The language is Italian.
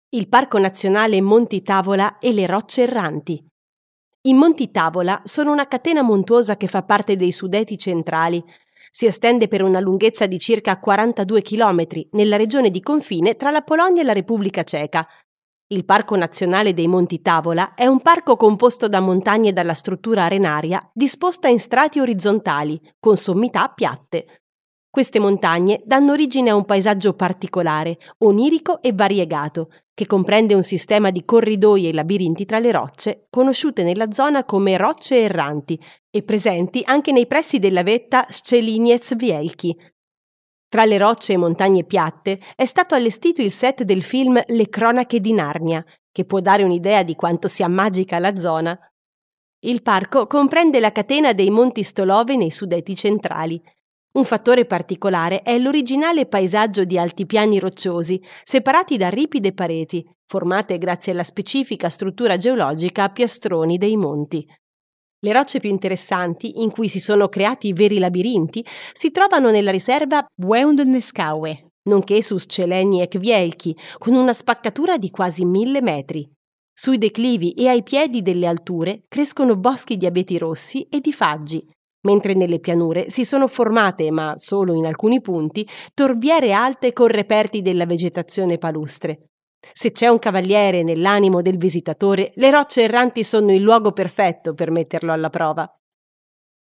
Il Parco Nazionale Monti Tavola e le Rocce Erranti. I Monti Tavola sono una catena montuosa che fa parte dei Sudeti centrali. Si estende per una lunghezza di circa 42 km nella regione di confine tra la Polonia e la Repubblica Ceca. Il Parco Nazionale dei Monti Tavola è un parco composto da montagne dalla struttura arenaria disposta in strati orizzontali, con sommità piatte. Queste montagne danno origine a un paesaggio particolare, onirico e variegato, che comprende un sistema di corridoi e labirinti tra le rocce, conosciute nella zona come rocce erranti e presenti anche nei pressi della vetta Szczeliniec Wielki. Tra le rocce e montagne piatte è stato allestito il set del film Le cronache di Narnia, che può dare un'idea di quanto sia magica la zona. Il parco comprende la catena dei Monti Stolove nei Sudeti centrali. Un fattore particolare è l'originale paesaggio di altipiani rocciosi, separati da ripide pareti, formate grazie alla specifica struttura geologica a piastroni dei monti. Le rocce più interessanti, in cui si sono creati veri labirinti, si trovano nella riserva Błędne Skały, nonché su Szczeliniec Wielki, con una spaccatura di quasi 1000 metri. Sui declivi e ai piedi delle alture crescono boschi di abeti rossi e di faggi, mentre nelle pianure si sono formate, ma solo in alcuni punti, torbiere alte con reperti della vegetazione palustre. Se c'è un cavaliere nell'animo del visitatore, le rocce erranti sono il luogo perfetto per metterlo alla prova.